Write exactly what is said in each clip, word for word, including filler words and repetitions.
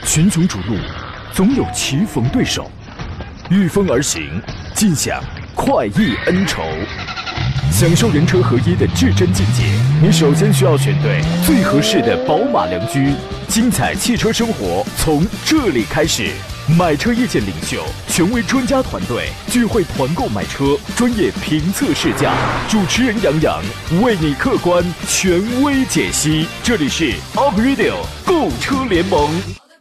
群雄逐鹿，总有棋逢对手，御风而行，尽享快意恩仇。享受人车合一的至臻境界，你首先需要选对最合适的宝马良驹。精彩汽车生活从这里开始。买车意见领袖，权威专家团队聚会团购买车，专业评测试驾，主持人杨洋为你客观权威解析。这里是 Up Radio 购车联盟。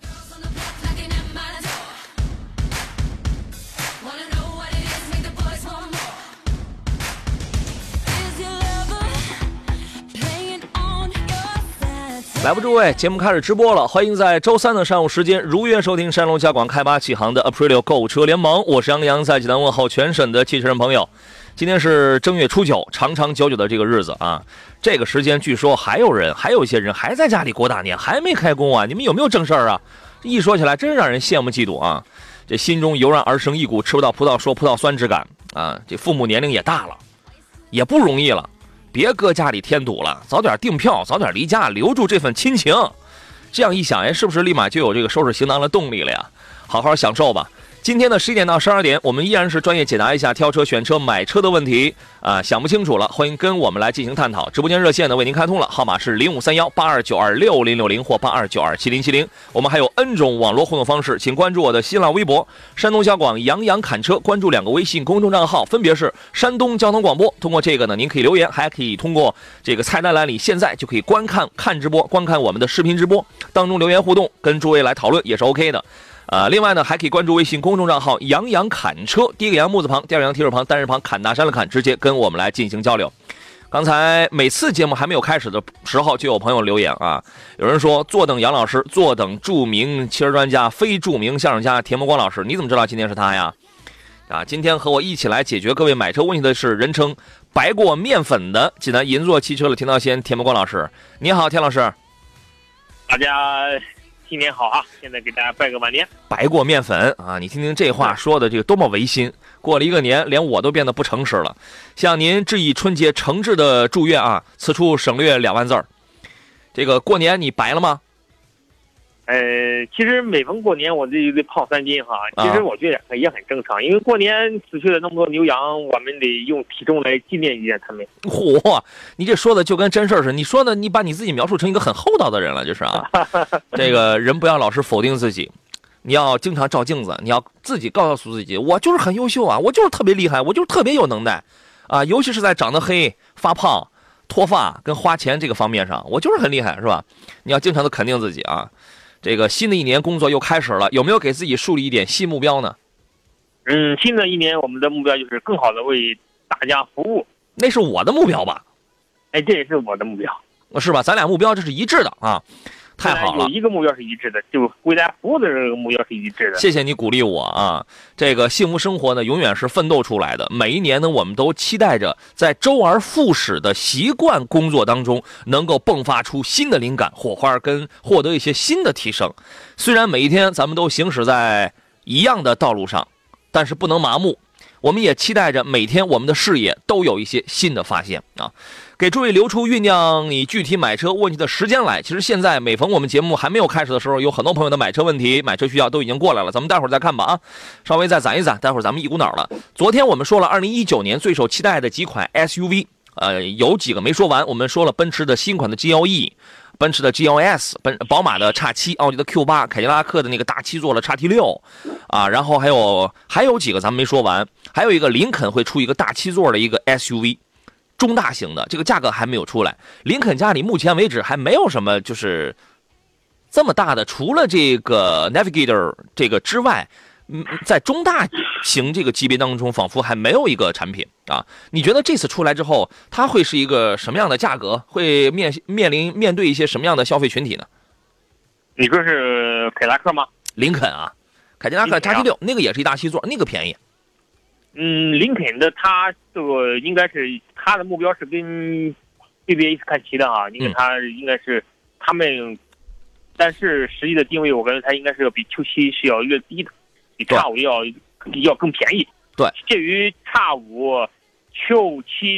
来吧，诸位，节目开始直播了，欢迎在周三的上午时间如约收听山东交广开八启航的 Aprilio 购车联盟，我是杨洋，在济南问候全省的汽车人朋友。今天是正月初九，长长久久的这个日子啊，这个时间据说还有人，还有一些人还在家里过大年，还没开工啊，你们有没有正事儿啊？一说起来，真让人羡慕嫉妒啊！这心中油然而生一股吃不到葡萄说葡萄酸之感啊！这父母年龄也大了，也不容易了。别搁家里添堵了，早点订票，早点离家，留住这份亲情。这样一想，哎，是不是立马就有这个收拾行囊的动力了呀？好好享受吧。今天的十一点到十二点，我们依然是专业解答一下挑车、选车、买车的问题啊，想不清楚了，欢迎跟我们来进行探讨。直播间热线呢为您开通了，号码是零五三幺八二九二六零六零或八二九二七零七零。我们还有 N 种网络互动方式，请关注我的新浪微博山东交广杨洋侃车，关注两个微信公众账号，分别是山东交通广播。通过这个呢，您可以留言，还可以通过这个菜单栏里现在就可以观看看直播，观看我们的视频直播当中留言互动，跟诸位来讨论也是 OK 的。呃，另外呢，还可以关注微信公众账号杨洋侃车，第一个杨木字旁，第二个杨提手旁，单人旁，侃大山的侃，直接跟我们来进行交流。刚才每次节目还没有开始的时候，就有朋友留言啊，有人说坐等杨老师，坐等著名汽车专家、非著名相声家田伯光老师，你怎么知道今天是他呀？啊，今天和我一起来解决各位买车问题的是人称白过面粉的济南银座汽车的田道先田伯光老师。你好，田老师。 大家新年好啊！现在给大家拜个晚年。 白过面粉啊，你听听这话说的这个多么违心！过了一个年，连我都变得不诚实了。向您致以春节诚挚的祝愿啊！此处省略两万字儿。这个过年你白了吗？ 呃，其实每逢过年我就得胖三斤哈。其实我觉得也很正常，啊、因为过年死去了那么多牛羊，我们得用体重来纪念一下他们。 嚯，你这说的就跟真事儿似的。你说的，你把你自己描述成一个很厚道的人了，就是啊。这个人不要老是否定自己，你要经常照镜子，你要自己告诉自己，我就是很优秀啊，我就是特别厉害，我就是特别有能耐啊，尤其是在长得黑、发胖、脱发跟花钱这个方面上，我就是很厉害，是吧？你要经常的肯定自己啊。这个新的一年工作又开始了，有没有给自己树立一点新目标呢？ 嗯，新的一年我们的目标就是更好的为大家服务。 那是我的目标吧？ 哎，这也是我的目标， 是吧？咱俩目标这是一致的啊，太好了。 有一个目标是一致的，就为大家服务的这个目标是一致的。 谢谢你鼓励我啊！这个幸福生活呢，永远是奋斗出来的。每一年呢，我们都期待着在周而复始的习惯工作当中，能够迸发出新的灵感、火花，跟获得一些新的提升。虽然每一天咱们都行驶在一样的道路上，但是不能麻木。我们也期待着每天我们的视野都有一些新的发现啊！给诸位留出酝酿你具体买车问题的时间来。其实现在每逢我们节目还没有开始的时候，有很多朋友的买车问题、买车需要都已经过来了，咱们待会儿再看吧啊！稍微再攒一攒，待会儿咱们一股脑了。昨天我们说了二零一九年最受期待的几款 S U V， 呃，有几个没说完。我们说了奔驰的新款的 G L E， 奔驰的 G L S， 奔宝马的 X 七， 奥迪的 Q 八， 凯迪拉克的那个大七座的 X T 六， 啊，然后还有还有几个咱们没说完，还有一个林肯会出一个大七座的一个 S U V。中大型的，这个价格还没有出来。林肯家里目前为止还没有什么就是这么大的，除了这个 Navigator 这个之外，嗯，在中大型这个级别当中，仿佛还没有一个产品啊。你觉得这次出来之后，它会是一个什么样的价格？会面面临面对一些什么样的消费群体呢？ 你说是凯迪拉克吗？ 林肯啊，凯迪拉克 X T 六、啊、那个也是一大七座，那个便宜。 嗯，林肯的它这个应该是它的目标是跟 B B A 看齐的啊，因为它应该是他们，但是实际的定位我感觉它应该是要比 Q 七是要越低的，比 X 五 要要更便宜。 对， 介于 X 五、Q 七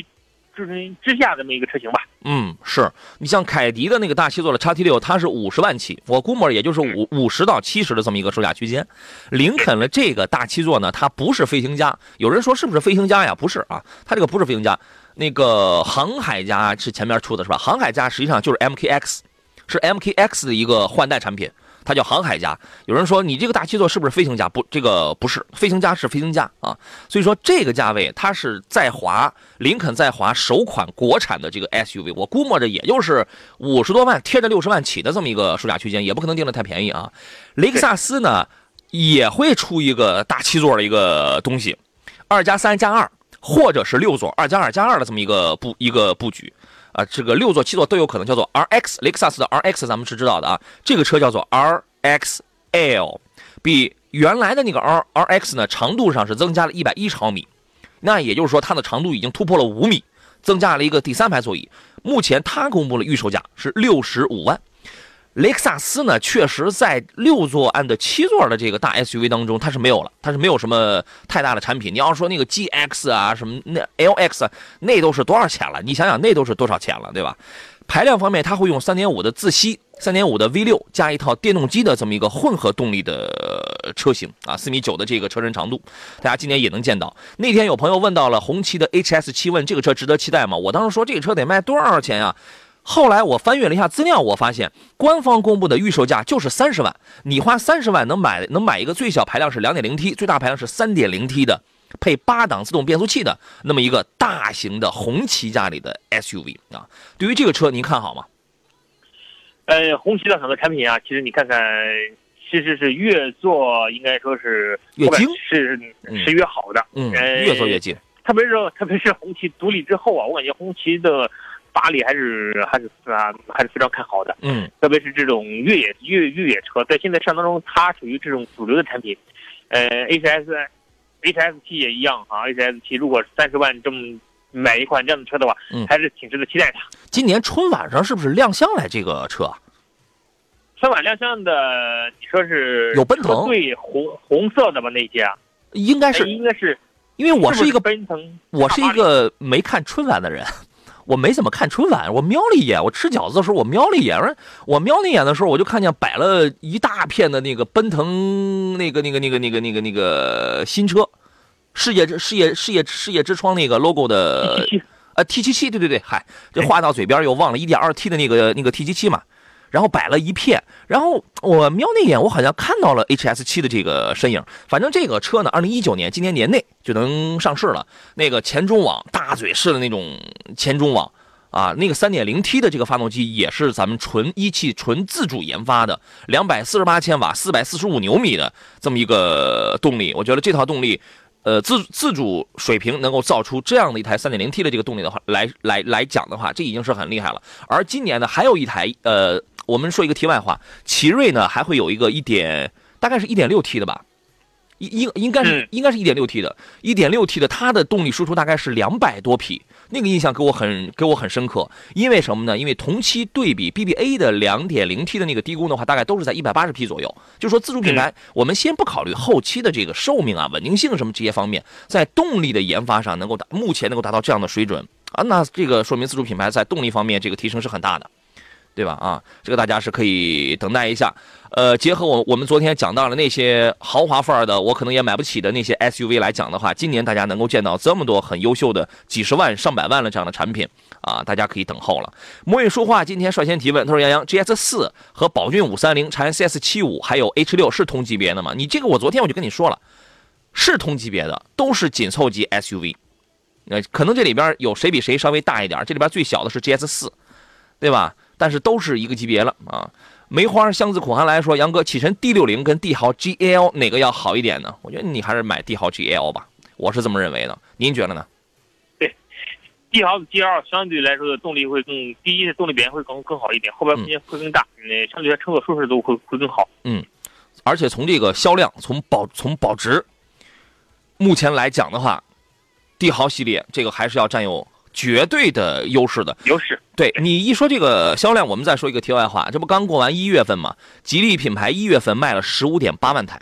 之之下这么一个车型吧。 嗯，是你像凯迪的那个大七座的 X T 六，它是五十万起，我估摸也就是五五十到七十的这么一个售价区间。林肯的这个大七座呢，它不是飞行家，有人说是不是飞行家呀？不是啊，它这个不是飞行家，那个航海家是前面出的是吧？航海家实际上就是 M K X， 是 M K X 的一个换代产品。它叫航海家，有人说你这个大七座是不是飞行家？不，这个不是，飞行家是飞行家啊。所以说这个价位它是在华林肯在华首款国产的这个 S U V， 我估摸着也就是五十多万贴着六十万起的这么一个售价区间，也不可能定的太便宜啊。雷克萨斯呢也会出一个大七座的一个东西，二加三加二，或者是六座二加二加二的这么一个布一个布局。啊，这个六座、七座都有可能，叫做 R X， 雷克萨斯的 R X 咱们是知道的啊。这个车叫做 R X L， 比原来的那个 R RX 呢长度上是增加了一百一十毫米，那也就是说它的长度已经突破了五米，增加了一个第三排座椅。目前它公布了预售价是六十五万。雷克萨斯呢，确实在六座按的七座的这个大 S U V 当中，它是没有了，它是没有什么太大的产品。你要说那个 G X 啊，什么那 L X 啊，那都是多少钱了？你想想，那都是多少钱了，对吧？排量方面，它会用 三点五 的自吸 三点五 的 V 六 加一套电动机的这么一个混合动力的车型啊，四米九的这个车身长度，大家今年也能见到。那天有朋友问到了红旗的 H S 七，问这个车值得期待吗？我当时说这个车得卖多少钱啊？后来我翻阅了一下资料，我发现官方公布的预售价就是三十万。你花三十万能买能买一个最小排量是 两点零 T， 最大排量是 三点零 T 的，配八档自动变速器的那么一个大型的红旗家里的 S U V 啊。对于这个车您看好吗？ 呃，红旗的很多产品啊，其实你看看，其实是越做应该说是越精， 是是越好的， 嗯，呃、越做越精。 特别是特别是红旗独立之后啊，我感觉红旗的发力还是还是啊还是非常看好的， 嗯， 特别是这种越野越越野车，在现在市场当中，它属于这种主流的产品。呃 ，H S H S 七也一样啊 ，H S 七如果三十万这么买一款这样的车的话， 嗯， 还是挺值得期待的。 今年春晚上是不是亮相来这个车？ 春晚亮相的，你说是有奔腾， 对，红红色的吧？那些啊， 应该是， 应该是， 因为我是一个奔腾， 我是一个没看春晚的人。我没怎么看春晚，我瞄了一眼，我吃饺子的时候我瞄了一眼，我瞄了一眼的时候，我就看见摆了一大片的那个奔腾那个那个那个那个那个那个新车，世界之世界世界世界之窗那个 logo 的呃 T 七七，对对对，嗨，这话到嘴边又忘了 一点二 T 的那个那个 T 七七嘛。然后摆了一片，然后我瞄那眼，我好像看到了 H S 七的这个身影。反正这个车呢，二零一九年今年年内就能上市了。那个前中网大嘴式的那种前中网啊，那个 三点零 T 的这个发动机也是咱们纯一汽纯自主研发的，两百四十八千瓦四百四十五牛米的这么一个动力。我觉得这套动力呃自自主水平能够造出这样的一台 三点零 T 的这个动力的话来来来讲的话，这已经是很厉害了。而今年呢还有一台呃我们说一个题外话，奇瑞呢还会有一个一点，大概是 一点六 T 的吧，应应该是应该是 一点六 T 的 ，一点六 T 的，它的动力输出大概是两百多匹，那个印象给我很给我很深刻。因为什么呢？因为同期对比 B B A 的 两点零 T 的那个低功的话，大概都是在一百八十匹左右。就是说自主品牌，我们先不考虑后期的这个寿命啊、稳定性什么这些方面，在动力的研发上能够达目前能够达到这样的水准啊，那这个说明自主品牌在动力方面这个提升是很大的。对吧？啊，这个大家是可以等待一下。呃，结合我我们昨天讲到了那些豪华范儿的，我可能也买不起的那些 S U V 来讲的话，今年大家能够见到这么多很优秀的几十万、上百万的这样的产品啊，大家可以等候了。魔芋说话今天率先提问，他说：“杨洋 ，G S 四和宝骏五三零、长安 C S 七五还有 H 六是同级别的吗？”你这个我昨天我就跟你说了，是同级别的，都是紧凑级 S U V。呃，可能这里边有谁比谁稍微大一点，这里边最小的是 G S 四，对吧？但是都是一个级别了啊！梅花香自苦寒来说，杨哥，启辰 D 六十 跟帝豪 G L 哪个要好一点呢？我觉得你还是买帝豪 G L 吧，我是这么认为的。您觉得呢？ 对，帝豪的 G L 相对来说的动力会更，第一是动力表现会更更好一点，后边空间会更大，嗯，相对来乘坐舒适度会会更好。 嗯，而且从这个销量，从保从保值，目前来讲的话，帝豪系列这个还是要占有绝对的优势的。 优势。 对，你一说这个销量，我们再说一个题外话，这不刚过完一月份吗？吉利品牌一月份卖了十五点八万台，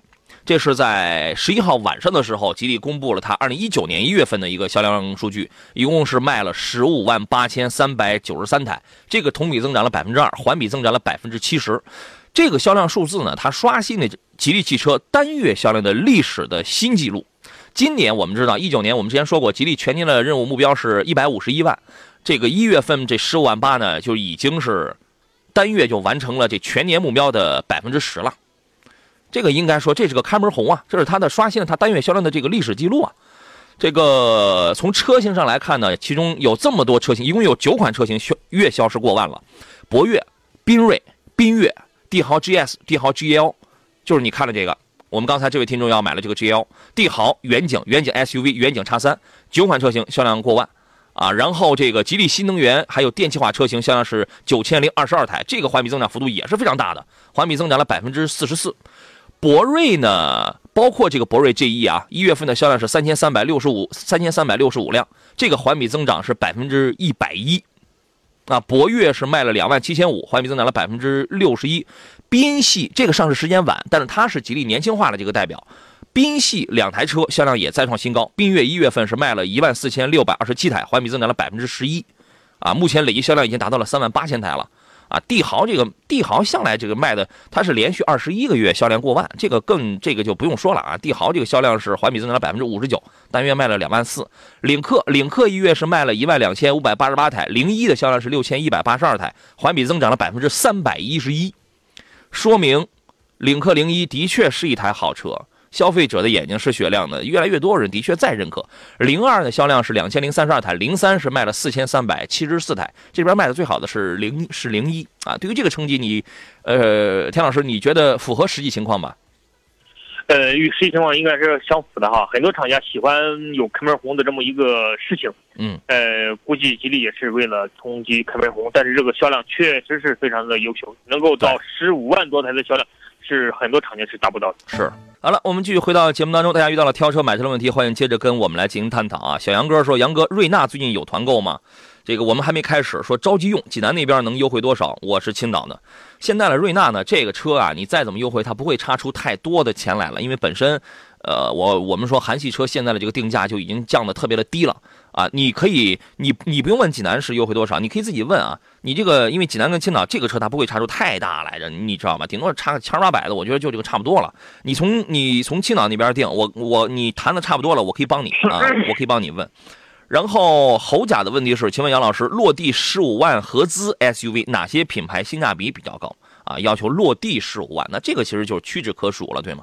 这是在十一号晚上的时候，吉利公布了它二零一九年一月份的一个销量数据，一共是卖了十五万八千三百九十三台，这个同比增长了百分之二，环比增长了百分之七十。这个销量数字呢，它刷新了吉利汽车单月销量的历史的新纪录。今年我们知道，一九年我们之前说过，吉利全年的任务目标是一百五十一万，这个一月份这十五万八呢，就已经是单月就完成了这全年目标的百分之十了。这个应该说这是个开门红啊，这是它的刷新了它单月销量的这个历史记录啊。这个从车型上来看呢，其中有这么多车型，一共有九款车型月销是过万了，博越、缤瑞、缤越、帝豪 G S、帝豪 G L， 就是你看了这个，我们刚才这位听众要买了这个 G L， 帝豪、远景、远景 S U V、远景 X 三， 九款车型销量过万啊。然后这个吉利新能源还有电气化车型销量是九千零二十二台，这个环比增长幅度也是非常大的，环比增长了百分之四十四。博瑞呢，包括这个博瑞 G E 啊，一月份的销量是三千三百六十五三千三百六十五辆，这个环比增长是百分之一百一。啊，博越是卖了两万七千五，环比增长了百分之六十一。宾系这个上市时间晚，但是它是吉利年轻化的这个代表。宾系两台车销量也再创新高，缤越一月份是卖了一万四千六百二十七台，环比增长了百分之十一。啊，目前累计销量已经达到了三万八千台了。啊，帝豪这个帝豪向来这个卖的，它是连续二十一个月销量过万，这个更这个就不用说了啊。帝豪这个销量是环比增长了百分之五十九，单月卖了两万四。领克领克一月是卖了一万两千五百八十八台，零一的销量是六千一百八十二台，环比增长了百分之三百一十一，说明领克零一的确是一台好车。消费者的眼睛是雪亮的，越来越多人的确在认可。零二的销量是两千零三十二台，零三是卖了四千三百七十四台，这边卖的最好的是零是零一啊。对于这个成绩你，呃，田老师你觉得符合实际情况吗？ 呃，与实际情况应该是相符的哈。很多厂家喜欢有开门红的这么一个事情， 嗯， 呃，估计吉利也是为了冲击开门红，但是这个销量确实是非常的优秀，能够到十五万多台的销量，是很多厂家是达不到的。 是。好了，我们继续回到节目当中，大家遇到了挑车买车的问题，欢迎接着跟我们来进行探讨啊。小杨哥说，杨哥，瑞纳最近有团购吗？这个我们还没开始，说着急用，济南那边能优惠多少？我是青岛的。现在的瑞纳呢，这个车啊，你再怎么优惠，它不会差出太多的钱来了，因为本身，呃，我我们说韩系车现在的这个定价就已经降得特别的低了啊。你可以，你你不用问济南是优惠多少，你可以自己问啊。你这个，因为济南跟青岛这个车它不会差出太大来着，你知道吗？顶多差个千八百的，我觉得就这个差不多了。你从你从青岛那边订，我我你谈的差不多了，我可以帮你啊，我可以帮你问。然后侯甲的问题是，请问杨老师，落地十五万合资 S U V 哪些品牌性价比比较高啊？要求落地十五万，那这个其实就是屈指可数了，对吗？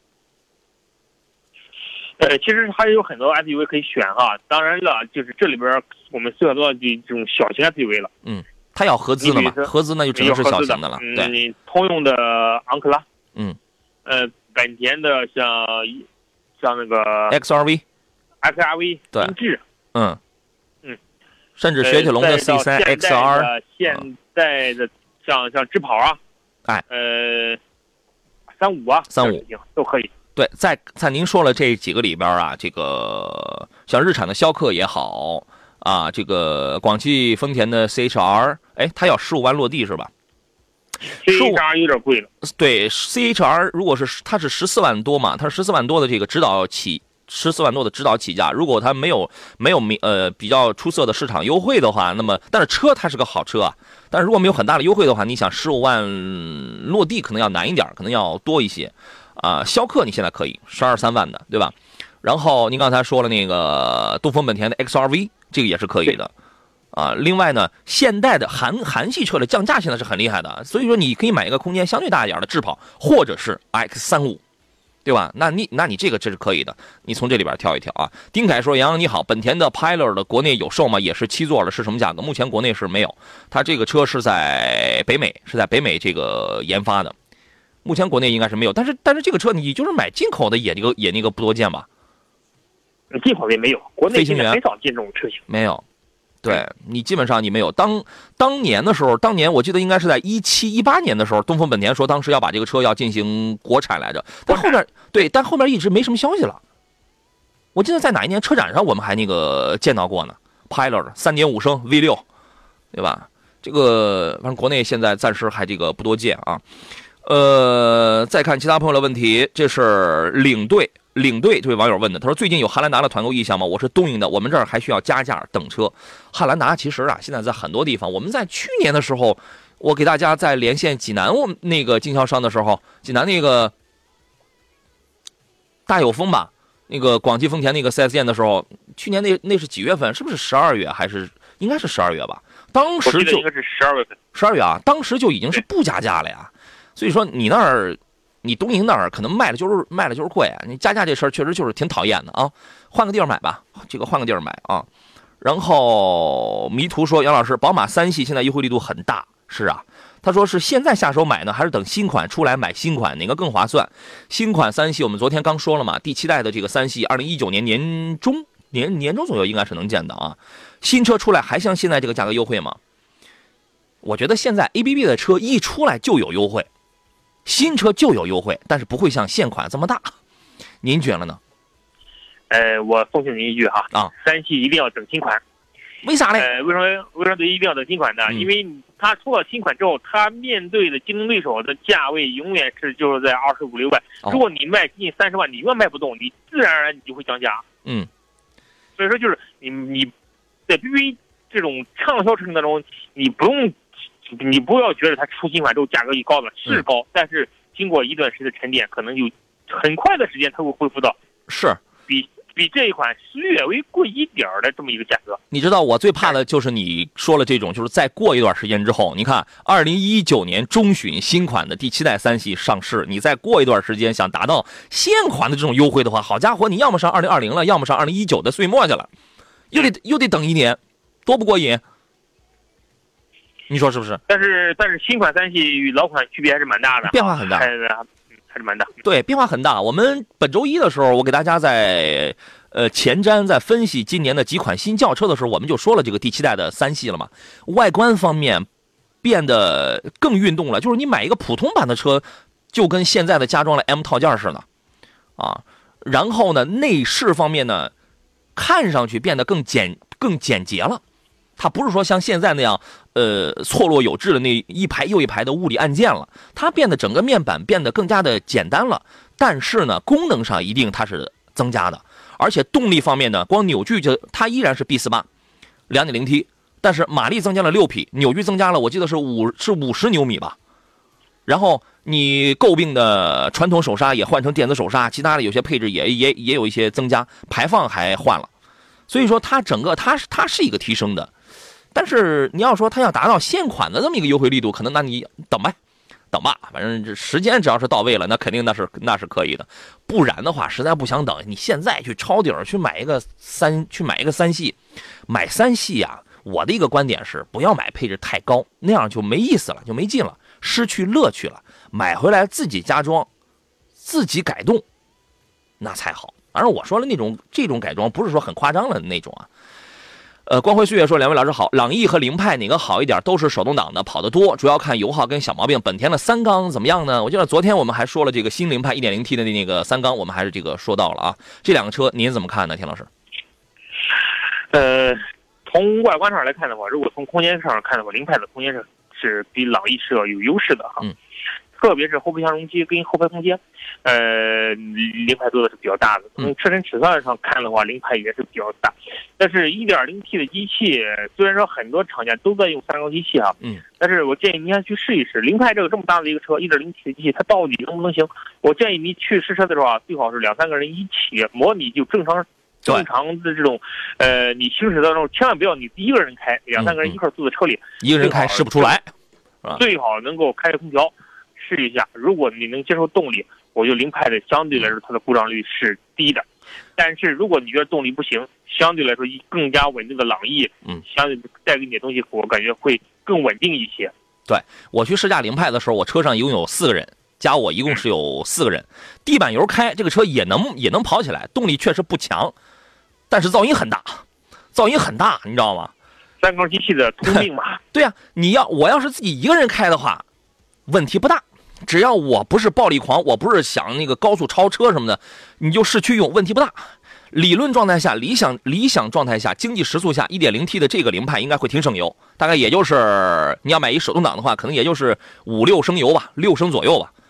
呃，其实还有很多 S U V 可以选哈，当然了，就是这里边我们涉及到的这种小型 S U V 了。 嗯，它要合资的嘛，合资那就只能是小型的了。 嗯、 对， 通用的昂克拉， 嗯， 呃，本田的像像那个 X R V、X R V 缤智。 嗯嗯， 甚至雪铁龙的 C 三 X R， 现在的像像智跑啊， 哎， 呃，三五啊， 三五都可以。 对，在在您说了这几个里边啊，这个像日产的逍客也好啊，这个广汽丰田的 C H R， 哎，它要十五万落地是吧 ？C H R 有点贵了。 对 ，C H R 如果是它是十四万多嘛，它是十四万多的这个指导起。十四万多的指导起价，如果它没有没有呃比较出色的市场优惠的话，那么但是车它是个好车啊，但是如果没有很大的优惠的话，你想十五万落地可能要难一点，可能要多一些啊。逍客你现在可以十二三万的，对吧？然后您刚才说了那个东风本田的 X R V， 这个也是可以的啊。另外呢，现代的韩韩系车的降价现在是很厉害的，所以说你可以买一个空间相对大一点的智跑，或者是 X 三十五。对吧？那你那你这个这是可以的，你从这里边挑一挑啊。丁凯说：“杨洋你好，本田的 Pilot 的国内有售吗？也是七座的，是什么价格？目前国内是没有，它这个车是在北美，是在北美这个研发的，目前国内应该是没有。但是但是这个车你就是买进口的也那个也那个不多见吧？ 进口的也没有，国内现在很少进这种车型， 没有。”对你基本上你没有当当年的时候，当年我记得应该是在一七一八年的时候，东风本田说当时要把这个车要进行国产来着，但后面对，但后面一直没什么消息了。我记得在哪一年车展上我们还那个见到过呢 ，Pilot 三点五升 V 六，对吧？这个反正国内现在暂时还这个不多见啊。 呃，再看其他朋友的问题，这是领队领队这位网友问的，他说最近有汉兰达的团购意向吗？我是东营的，我们这儿还需要加价等车。汉兰达其实啊，现在在很多地方，我们在去年的时候，我给大家在连线济南我们那个经销商的时候，济南那个大有风吧，那个广汽丰田那个 四 S 店的时候，去年那那是几月份？是不是十二月还是应该是十二月吧？当时就应该是十二月份， 十二月啊，当时就已经是不加价了呀。所以说你那儿，你东营那儿可能卖的就是卖的就是贵啊。你加价这事儿确实就是挺讨厌的啊。换个地儿买吧，这个换个地儿买啊。然后迷途说，杨老师，宝马三系现在优惠力度很大，是啊。他说是现在下手买呢，还是等新款出来买新款，哪个更划算？新款三系我们昨天刚说了嘛，第七代的这个三系，二零一九年年中年年中左右应该是能见的啊。新车出来还像现在这个价格优惠吗？我觉得现在 A B B 的车一出来就有优惠。新车就有优惠，但是不会像现款这么大，您觉得呢？ 呃，我奉劝您一句哈， 啊， 三系一定要等新款。 为啥呢？ 呃，为什么为什么一定要等新款呢？ 嗯、 因为它出了新款之后，它面对的竞争对手的价位永远是就是在二十五六万。 哦、 如果你卖近三十万，你永远卖不动，你自然而然你就会降价。 嗯， 所以说就是你你在 B B 这种畅销车当中，你不用。你不要觉得它出新款之后价格一高了，是高，嗯、但是经过一段时间的沉淀，可能有很快的时间它会恢复到是比比这一款略微贵一点的这么一个价格。 你知道我最怕的就是你说了这种，就是再过一段时间之后，你看二零一九年中旬新款的第七代三系上市，你再过一段时间想达到现款的这种优惠的话，好家伙，你要么上二零二零了，要么上二零一九的岁末去了，又得又得等一年，多不过瘾。你说是不是？ 但是但是新款三系与老款区别还是蛮大的， 变化很大， 还是还是蛮大。 对，变化很大。我们本周一的时候，我给大家在呃前瞻在分析今年的几款新轿车的时候，我们就说了这个第七代的三系了嘛。外观方面变得更运动了，就是你买一个普通版的车，就跟现在的加装了 M 套件似的啊。然后呢，内饰方面呢，看上去变得更简更简洁了。它不是说像现在那样，呃，错落有致的那一排又一排的物理按键了，它变得整个面板变得更加的简单了。但是呢，功能上一定它是增加的，而且动力方面呢，光扭矩就它依然是 B 四十八 两点零 T， 但是马力增加了六匹，扭矩增加了，我记得是五是五十牛米吧。然后你诟病的传统手刹也换成电子手刹，其他的有些配置也也也有一些增加，排放还换了，所以说它整个它是它是一个提升的。但是你要说它要达到现款的这么一个优惠力度，可能那你等呗，等吧，反正这时间只要是到位了，那肯定那是那是可以的。不然的话，实在不想等，你现在去抄底儿去买一个三，去买一个三系，买三系呀、啊。我的一个观点是，不要买配置太高，那样就没意思了，就没劲了，失去乐趣了。买回来自己加装，自己改动，那才好。当然我说了那种这种改装不是说很夸张的那种啊。呃，光辉岁月说，两位老师好，朗逸和凌派哪个好一点？都是手动挡的，跑得多，主要看油耗跟小毛病。本田的三缸怎么样呢？我记得昨天我们还说了这个新凌派 一点零 T 的那个三缸，我们还是这个说到了啊。这两个车您怎么看呢，田老师？ 呃，从外观上来看的话，如果从空间上看的话，凌派的空间是是比朗逸是要有优势的哈。 嗯。 特别是后备箱容积跟后排空间，呃，凌派做的是比较大的。从车身尺寸上看的话，凌派也是比较大。但是 一点零 T 的机器，虽然说很多厂家都在用三缸机器啊， 嗯， 但是我建议您还去试一试。凌派这个这么大的一个车 ，一点零 T 的机器，它到底能不能行？我建议你去试车的时候啊，最好是两三个人一起模拟，就正常正常的这种，呃，你行驶当中千万不要你一个人开，两三个人一块坐在车里， 嗯嗯、一个人开试不出来，是吧？ 最好能够开着空调。试一下，如果你能接受动力，我觉得凌派的相对来说它的故障率是低的。但是如果你觉得动力不行，相对来说更加稳定的朗逸， 嗯， 相对带给你的东西，我感觉会更稳定一些。 对，我去试驾凌派的时候，我车上一共有四个人，加我一共是有四个人，地板油开，这个车也能也能跑起来，动力确实不强，但是噪音很大，噪音很大，你知道吗？ 三缸机器的通病嘛。 对呀、啊，你要我要是自己一个人开的话，问题不大。只要我不是暴力狂，我不是想那个高速超车什么的，你就市区用问题不大。理论状态下，理想理想状态下，经济时速下 一点零 T 的这个凌派应该会挺省油，大概也就是你要买一手动挡的话，可能也就是五六升油吧，六升左右吧。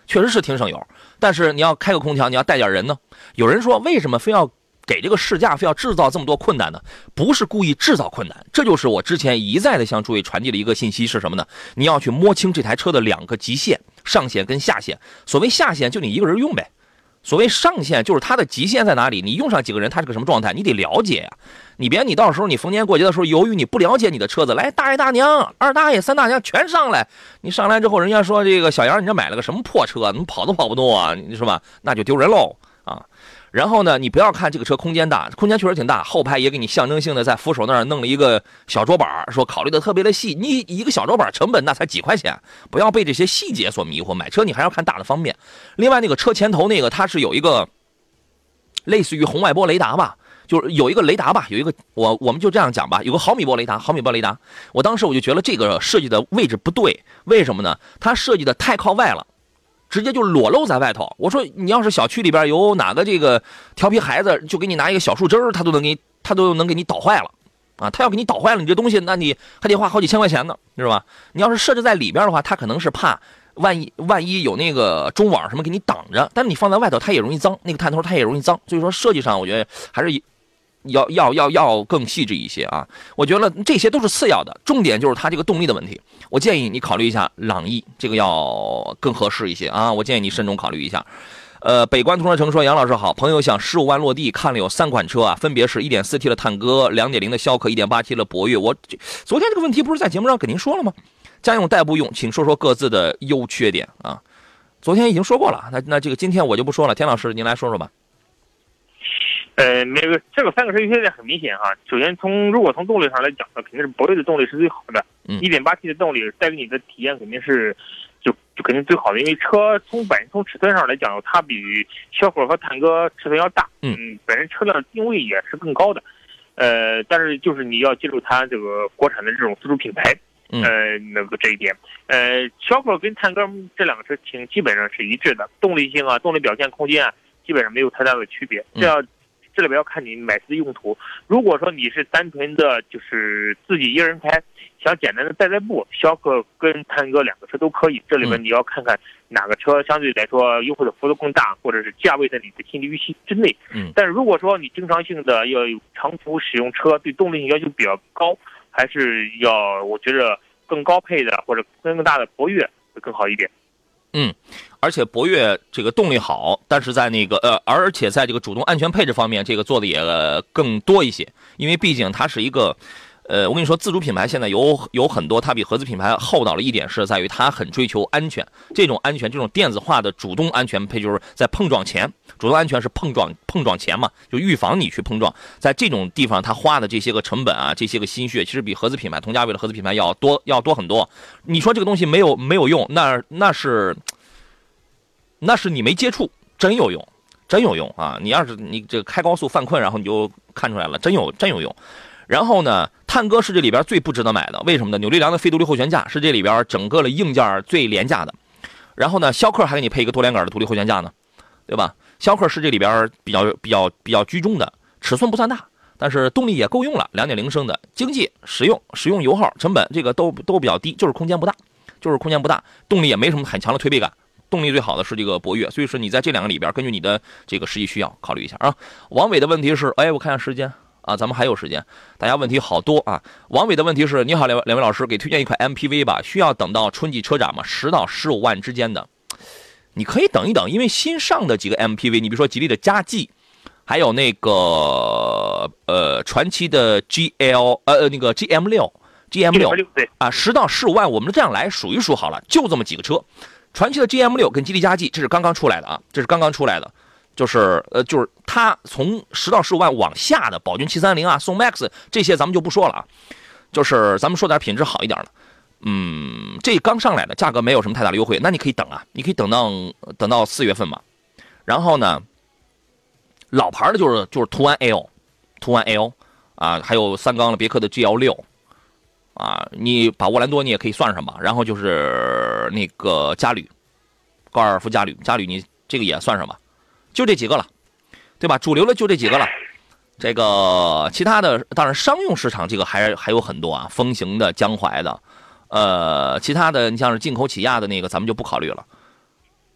确实是挺省油。但是你要开个空调，你要带点人呢。有人说，为什么非要给这个试驾，非要制造这么多困难呢？不是故意制造困难，这就是我之前一再的向诸位传递的一个信息是什么呢？你要去摸清这台车的两个极限，上限跟下限。所谓下限就你一个人用呗，所谓上限就是它的极限在哪里，你用上几个人它是个什么状态，你得了解呀、啊。你别你到时候你逢年过节的时候，由于你不了解你的车子，来大爷大娘、二大爷、三大娘全上来，你上来之后，人家说这个小杨你这买了个什么破车，你跑都跑不动啊，你是吧？那就丢人喽啊！然后呢，你不要看这个车空间大，空间确实挺大，后排也给你象征性的在扶手那儿弄了一个小桌板，说考虑的特别的细。你一个小桌板成本那才几块钱，不要被这些细节所迷惑。买车你还要看大的方面。另外那个车前头那个它是有一个类似于红外波雷达吧，就是有一个雷达吧，有一个我我们就这样讲吧，有个毫米波雷达，毫米波雷达。我当时我就觉得这个设计的位置不对，为什么呢？它设计的太靠外了。直接就裸露在外头。我说你要是小区里边有哪个这个调皮孩子，就给你拿一个小树枝儿，他都能给你，他都能给你捣坏了啊！他要给你捣坏了，你这东西，那你还得花好几千块钱呢，是吧？你要是设置在里边的话，他可能是怕万一万一有那个中网什么给你挡着，但是你放在外头，它也容易脏，那个探头它也容易脏。所以说设计上，我觉得还是要要要要更细致一些啊！我觉得这些都是次要的，重点就是它这个动力的问题。我建议你考虑一下朗逸，这个要更合适一些啊！我建议你慎重考虑一下。呃，北关同乐城说，杨老师好，朋友想十五万落地，看了有三款车啊，分别是 一点四 T 的探歌、2.0 的逍客、一点八 T 的博越。我昨天这个问题不是在节目上跟您说了吗？家用代步用，请说说各自的优缺点啊。昨天已经说过了，那那这个今天我就不说了，田老师您来说说吧。 呃，那个这个三个车优缺点很明显哈。首先从如果从动力上来讲呢，肯定是博越的动力是最好的。 嗯一点八 T 的动力带给你的体验肯定是就就肯定最好的，因为车从本从尺寸上来讲，它比逍客和探歌尺寸要大。 嗯， 本身车辆定位也是更高的。呃，但是就是你要记住它这个国产的这种自主品牌。 嗯、 呃，那个这一点，呃，逍客跟探歌这两个车挺基本上是一致的，动力性啊、动力表现、空间啊，基本上没有太大的区别。这要、嗯、这里边要看你买车的用途。如果说你是单纯的就是自己一个人开，想简单的代代步，逍客跟探歌两个车都可以。这里边你要看看哪个车相对来说优惠的幅度更大，或者是价位在你的心理预期之内。 嗯，但是如果说你经常性的要有长途使用车，对动力性要求比较高。还是要我觉得更高配的或者更大的博越会更好一点。 嗯，而且博越这个动力好，但是在那个呃，而且在这个主动安全配置方面，这个做的也、呃、更多一些，因为毕竟它是一个。呃，我跟你说，自主品牌现在有有很多，它比合资品牌厚道的一点是在于它很追求安全。这种安全，这种电子化的主动安全配，就是在碰撞前，主动安全是碰撞碰撞前嘛，就预防你去碰撞。在这种地方，它花的这些个成本啊，这些个心血，其实比合资品牌同价位的合资品牌要多要多很多。你说这个东西没有没有用，那那是那是你没接触，真有用，真有用啊！你要是你这个开高速犯困，然后你就看出来了，真有真有用。然后呢，探歌是这里边最不值得买的，为什么呢？扭力梁的非独立后悬架是这里边整个的硬件最廉价的。然后呢，逍客还给你配一个多连杆的独立后悬架呢，对吧？逍客是这里边比较比较比较居中的，尺寸不算大，但是动力也够用了， 两点零 升的，经济实用，使用油耗成本这个都都比较低，就是空间不大，就是空间不大，动力也没什么很强的推背感。动力最好的是这个博越，所以说你在这两个里边，根据你的这个实际需要考虑一下啊。王伟的问题是，哎，我看下时间。啊，咱们还有时间，大家问题好多啊。王伟的问题是：你好，两位两位老师，给推荐一款 M P V 吧，需要等到春季车展吗？十到十五万之间的，你可以等一等，因为新上的几个 M P V， 你比如说吉利的嘉际，还有那个呃传祺的 G L 呃那个 G M 六 G M 六啊，十到十五万，我们这样来数一数好了，就这么几个车，传祺的 G M 六跟吉利嘉际，这是刚刚出来的啊，这是刚刚出来的。就是呃，就是它从十到十五万往下的宝骏七三零啊、宋 MAX 这些咱们就不说了啊，就是咱们说点品质好一点的，嗯，这刚上来的价格没有什么太大的优惠，那你可以等啊，你可以等到等到四月份吧。然后呢，老牌的就是就是途安 L， 途安 L 啊，还有三缸的别克的 G L 六啊，你把沃兰多你也可以算上吧。然后就是那个嘉旅，高尔夫嘉旅，嘉旅你这个也算上吧。就这几个了，对吧？主流的就这几个了，这个其他的当然商用市场这个还还有很多啊，风行的、江淮的，呃，其他的你像是进口起亚的那个，咱们就不考虑了。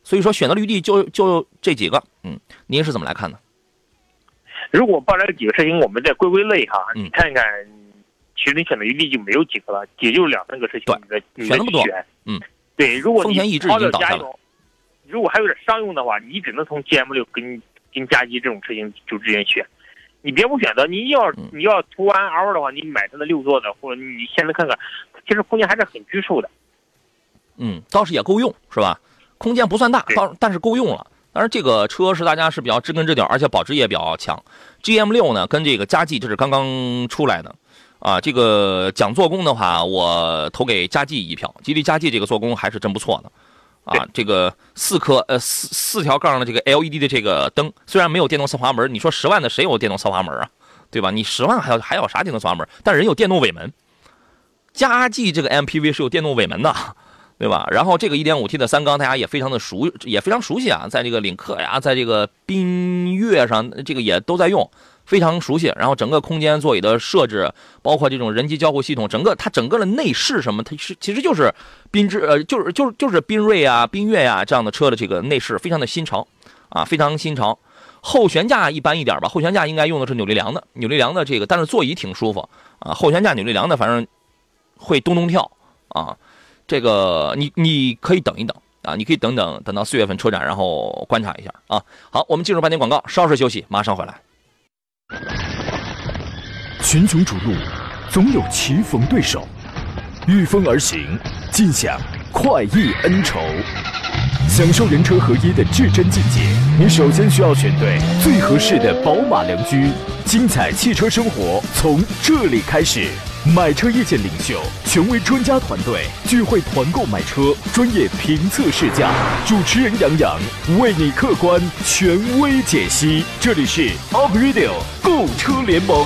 所以说选择余地就就这几个，嗯，您是怎么来看的？ 如果把这几个车型我们再归归类哈， 嗯你看一看，其实你选择余地就没有几个了，也就两三个车型你在你在选那么多选， 嗯， 对，如果你丰田逸致已经倒下了家用，如果还有点商用的话，你只能从 G M 六跟跟加级这种车型就直接选。你别不选择，你要你要途安 L 的话，你买它的六座的，或者你现在看看，其实空间还是很拘束的。 嗯，倒是也够用，是吧？空间不算大，倒但是够用了。当然，这个车是大家是比较知根知底，而且保值也比较强。G M 六呢，跟这个嘉际这是刚刚出来的，啊，这个讲做工的话，我投给嘉际一票。吉利嘉际这个做工还是真不错的。啊，这个四颗呃四四条杠的这个 L E D 的这个灯，虽然没有电动侧滑门，你说十万的谁有电动侧滑门啊？对吧？你十万还有还有啥电动侧滑门？但人有电动尾门，嘉际这个 M P V 是有电动尾门的，对吧？然后这个 一点五 T 的三缸大家也非常的熟，也非常熟悉啊，在这个领克呀，在这个缤越上，这个也都在用。非常熟悉，然后整个空间座椅的设置，包括这种人机交互系统，整个它整个的内饰什么，它是其实就是缤智呃，就是就是就是缤瑞啊、缤越啊这样的车的这个内饰，非常的新潮啊，非常新潮。后悬架一般一点吧，后悬架应该用的是扭力梁的，扭力梁的这个，但是座椅挺舒服啊。后悬架扭力梁的，反正会咚咚跳啊。这个你你可以等一等啊，你可以等等等到四月份车展，然后观察一下啊。好，我们进入半点广告，稍事休息，马上回来。 群雄逐鹿，总有棋逢对手，御风而行，尽享快意恩仇。享受人车合一的至臻境界，你首先需要选对最合适的宝马良驹。精彩汽车生活从这里开始。买车意见领袖，权威专家团队聚会团购买车，专业评测试驾，主持人杨洋为你客观权威解析。这里是 Up Radio 购车联盟。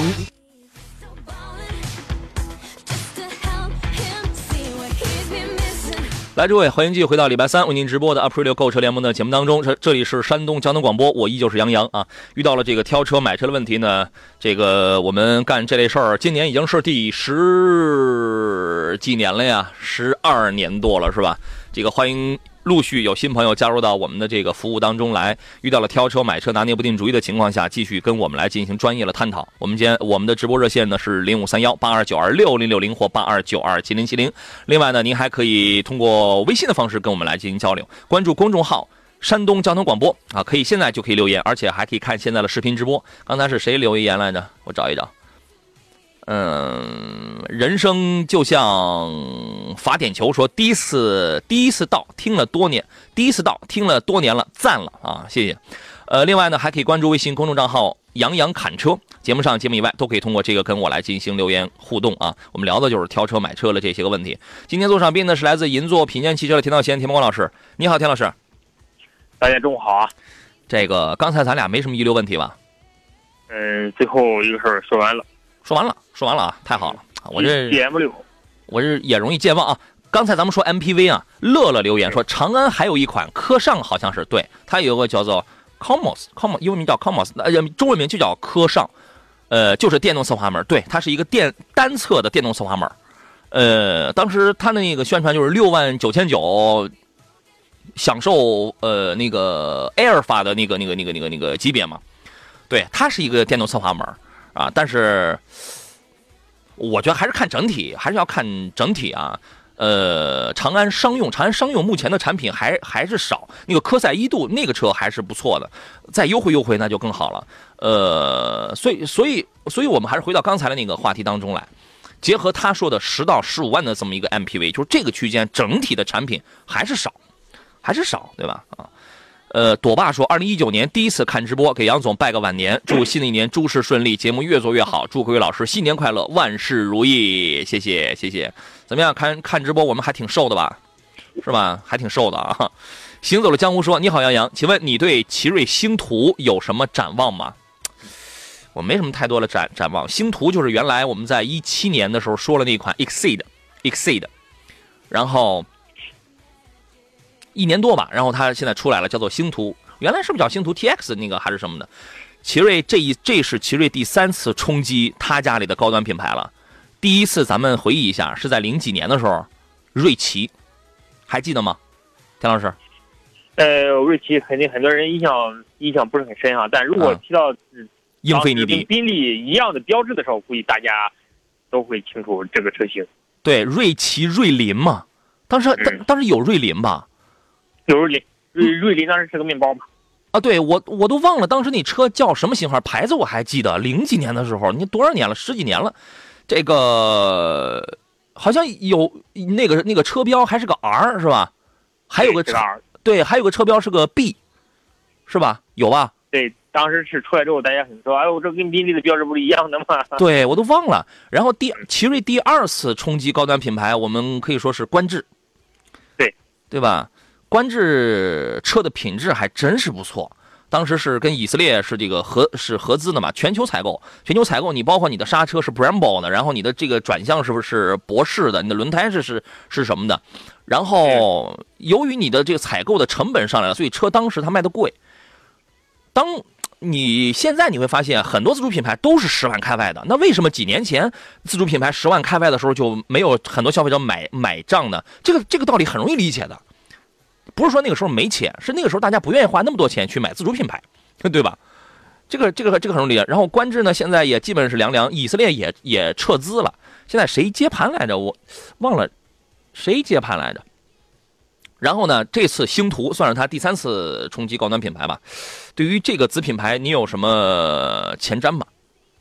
来，诸位，欢迎继续回到礼拜三为您直播的 Up Radio 购车联盟的节目当中。这这里是山东交通广播，我依旧是杨洋啊。遇到了这个挑车买车的问题呢，这个我们干这类事儿，今年已经是第十几年了呀，十二年多了是吧？这个欢迎陆续有新朋友加入到我们的这个服务当中来，遇到了挑车买车拿捏不定主意的情况下，继续跟我们来进行专业的探讨。我们今天我们的直播热线呢是零五三幺八二九二六零六零或八二九二七零七零。另外呢，您还可以通过微信的方式跟我们来进行交流，关注公众号山东交通广播啊，可以现在就可以留言，而且还可以看现在的视频直播。刚才是谁留言来着？我找一找。嗯，人生就像罚点球说，第一次第一次到听了多年，第一次到听了多年了，赞了啊，谢谢。呃，另外呢，还可以关注微信公众账号杨洋侃车，节目上节目以外都可以通过这个跟我来进行留言互动啊。我们聊的就是挑车买车的这些个问题。今天做上宾呢是来自银座品鉴汽车的田道贤田光老师，你好，田老师。 大家中午好啊。 这个刚才咱俩没什么遗留问题吧？ 嗯，最后一个事儿说完了。 说完了，说完了啊，太好了！我这 G M 六， 我这也容易健忘啊。刚才咱们说 M P V 啊，乐乐留言说长安还有一款科尚，好像是对，它有个叫做 Comos，Comos 英文名叫 Comos， 呃，中文名就叫科尚，呃，就是电动侧滑门，对，它是一个电单侧的电动侧滑门。呃，当时它的那个宣传就是六万九千九，享受呃那个 Air 发的那个那个那个那个那个级别嘛，对，它是一个电动侧滑门。啊，但是我觉得还是看整体，还是要看整体啊。呃，长安商用，长安商用目前的产品还还是少。那个科赛一度那个车还是不错的，再优惠优惠那就更好了。呃，所以所以所以我们还是回到刚才的那个话题当中来，结合他说的十到十五万的这么一个 M P V， 就是这个区间整体的产品还是少，还是少，对吧？啊。呃，朵爸说，二零一九年第一次看直播，给杨总拜个晚年，祝新的一年诸事顺利，节目越做越好，祝各位老师新年快乐，万事如意，谢谢谢谢。怎么样？看看直播，我们还挺瘦的吧？是吧？还挺瘦的啊。行走的江湖说，你好杨洋，请问你对奇瑞星途有什么展望吗？我没什么太多的展展望。星途就是原来我们在一七年的时候说了那款 Exceed Exceed， 然后。一年多吧，然后它现在出来了，叫做星途，原来是不是叫星途 T X 那个还是什么的？奇瑞这一这是奇瑞第三次冲击他家里的高端品牌了。第一次咱们回忆一下，是在零几年的时候，瑞奇，还记得吗？田老师？ 呃，瑞奇肯定很多人印象印象不是很深哈，但如果提到、啊、 英菲尼迪、 宾利一样的标志的时候，估计大家都会清楚这个车型。 对，瑞奇、瑞麟嘛，当时、嗯、当时有瑞麟吧？ 有瑞麟，瑞瑞麟当时是个面包嘛。 啊，对我我都忘了当时那车叫什么型号，牌子我还记得，零几年的时候，你多少年了？十几年了，这个好像有那个那个车标还是个 R 是吧？还有个车，对，还有个车标是个 B， 是吧？有吧？ 对，当时是出来之后，大家很说，哎呦，这跟宾利的标志不是一样的吗？ 对，我都忘了。然后第奇瑞第二次冲击高端品牌，我们可以说是观致， 对对吧？观致车的品质还真是不错。当时是跟以色列是这个合是合资的嘛，全球采购，全球采购，你包括你的刹车是 Brembo 的，然后你的这个转向是不是博士的，你的轮胎是是是什么的，然后由于你的这个采购的成本上来了，所以车当时它卖的贵。当你现在你会发现很多自主品牌都是十万开外的，那为什么几年前自主品牌十万开外的时候就没有很多消费者买买账呢？这个这个道理很容易理解的。不是说那个时候没钱，是那个时候大家不愿意花那么多钱去买自主品牌，对吧？这个这个这个很容易理解。然后观致呢，现在也基本是凉凉，以色列也也撤资了。现在谁接盘来着？我忘了谁接盘来着。然后呢，这次星途算是他第三次冲击高端品牌吧。对于这个子品牌，你有什么前瞻吗？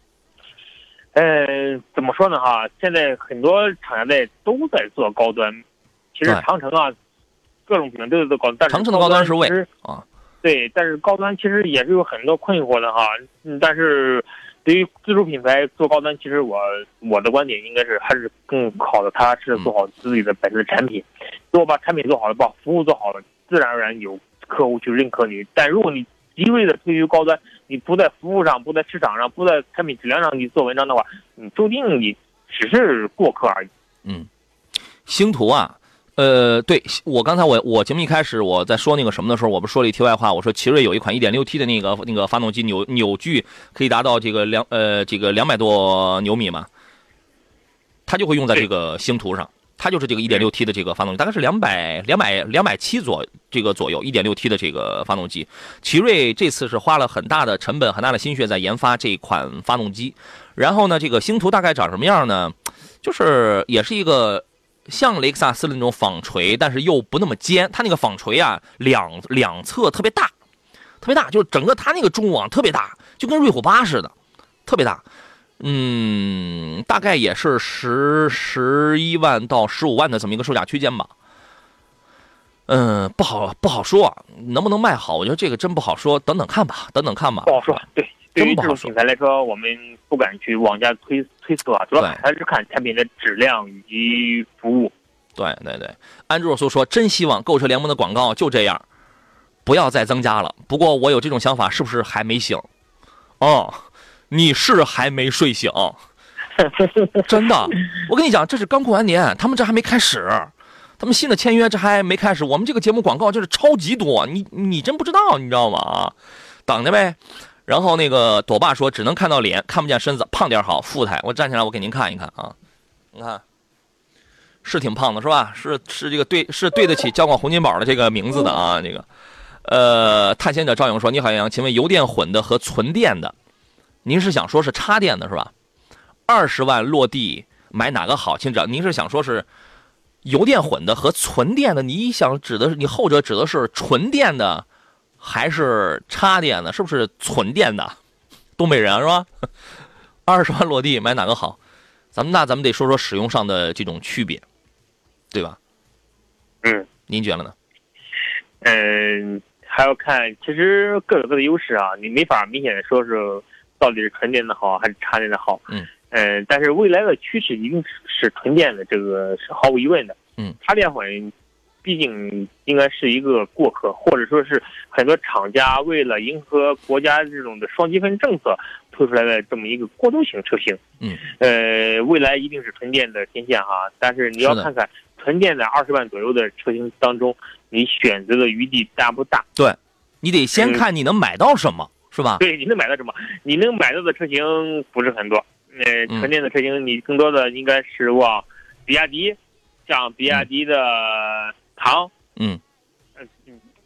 呃，怎么说呢？哈，现在很多厂家在都在做高端，其实长城啊。各种品牌都有做高端，但是长城的高端是魏啊， 对，但是高端其实也是有很多困惑的哈。嗯，但是对于自主品牌做高端，其实我我的观点应该是还是更好的，它是做好自己的本身的产品，如果把产品做好了，把服务做好了，自然而然有客户去认可你。但如果你一味的推于高端，你不在服务上、不在市场上、不在产品质量上你做文章的话，你注定你只是过客而已。 嗯，星途啊。呃，对我刚才我我节目一开始我在说那个什么的时候，我不是说了一题外话，我说奇瑞有一款 一点六 T 的那个那个发动机扭扭矩可以达到这个两呃这个两百多牛米嘛，它就会用在这个星途上，它就是这个 一点六 T 的这个发动机，大概是两百两百两百七左这个左右 一点六 T 的这个发动机。奇瑞这次是花了很大的成本、很大的心血在研发这款发动机。然后呢，这个星途大概长什么样呢？就是也是一个。像雷克萨斯的那种纺锤，但是又不那么尖。它那个纺锤啊，两两侧特别大，特别大，就是整个它那个中网特别大，就跟瑞虎八似的，特别大。嗯，大概也是十十一万到十五万的这么一个售价区间吧。嗯，不好不好说，能不能卖好？我觉得这个真不好说，等等看吧，等等看吧。 不好说，对。对于这种品牌来说，我们不敢去往下推推测啊，主要还是看产品的质量以及服务。 对对对，安卓苏说，真希望购车联盟的广告就这样，不要再增加了。不过我有这种想法，是不是还没醒？哦，你是还没睡醒，真的。我跟你讲，这是刚过完年，他们这还没开始，他们新的签约这还没开始。我们这个节目广告就是超级多，你你真不知道，你知道吗？等着呗。然后那个朵爸说，只能看到脸，看不见身子，胖点好，富态。我站起来，我给您看一看啊，你看，是挺胖的，是吧？是是这个对，是对得起交广洪金宝的这个名字的啊。这个，呃，探险者赵勇说，你好，杨洋，请问油电混的和纯电的，您是想说是插电的是吧？二十万落地买哪个好？请指，您是想说是油电混的和纯电的？你想指的是你后者指的是纯电的？还是插电的，是不是纯电的？东北人是吧？二十万落地买哪个好？咱们那咱们得说说使用上的这种区别，对吧？ 嗯， 您觉得呢？ 嗯，还要看，其实各有各的优势啊，你没法明显的说是到底是纯电的好还是插电的好。 嗯， 呃，但是未来的趋势一定是纯电的，这个是毫无疑问的。 嗯， 插电混。毕竟应该是一个过客，或者说是很多厂家为了迎合国家这种的双积分政策推出来的这么一个过渡型车型。 嗯， 呃，未来一定是纯电的天下哈，但是你要看看纯电的二十万左右的车型当中，你选择的余地大不大？ 对，你得先看你能买到什么，嗯、是吧？ 对，你能买到什么？你能买到的车型不是很多。呃，纯电的车型你更多的应该是往比亚迪，像比亚迪的。唐， 嗯， 嗯，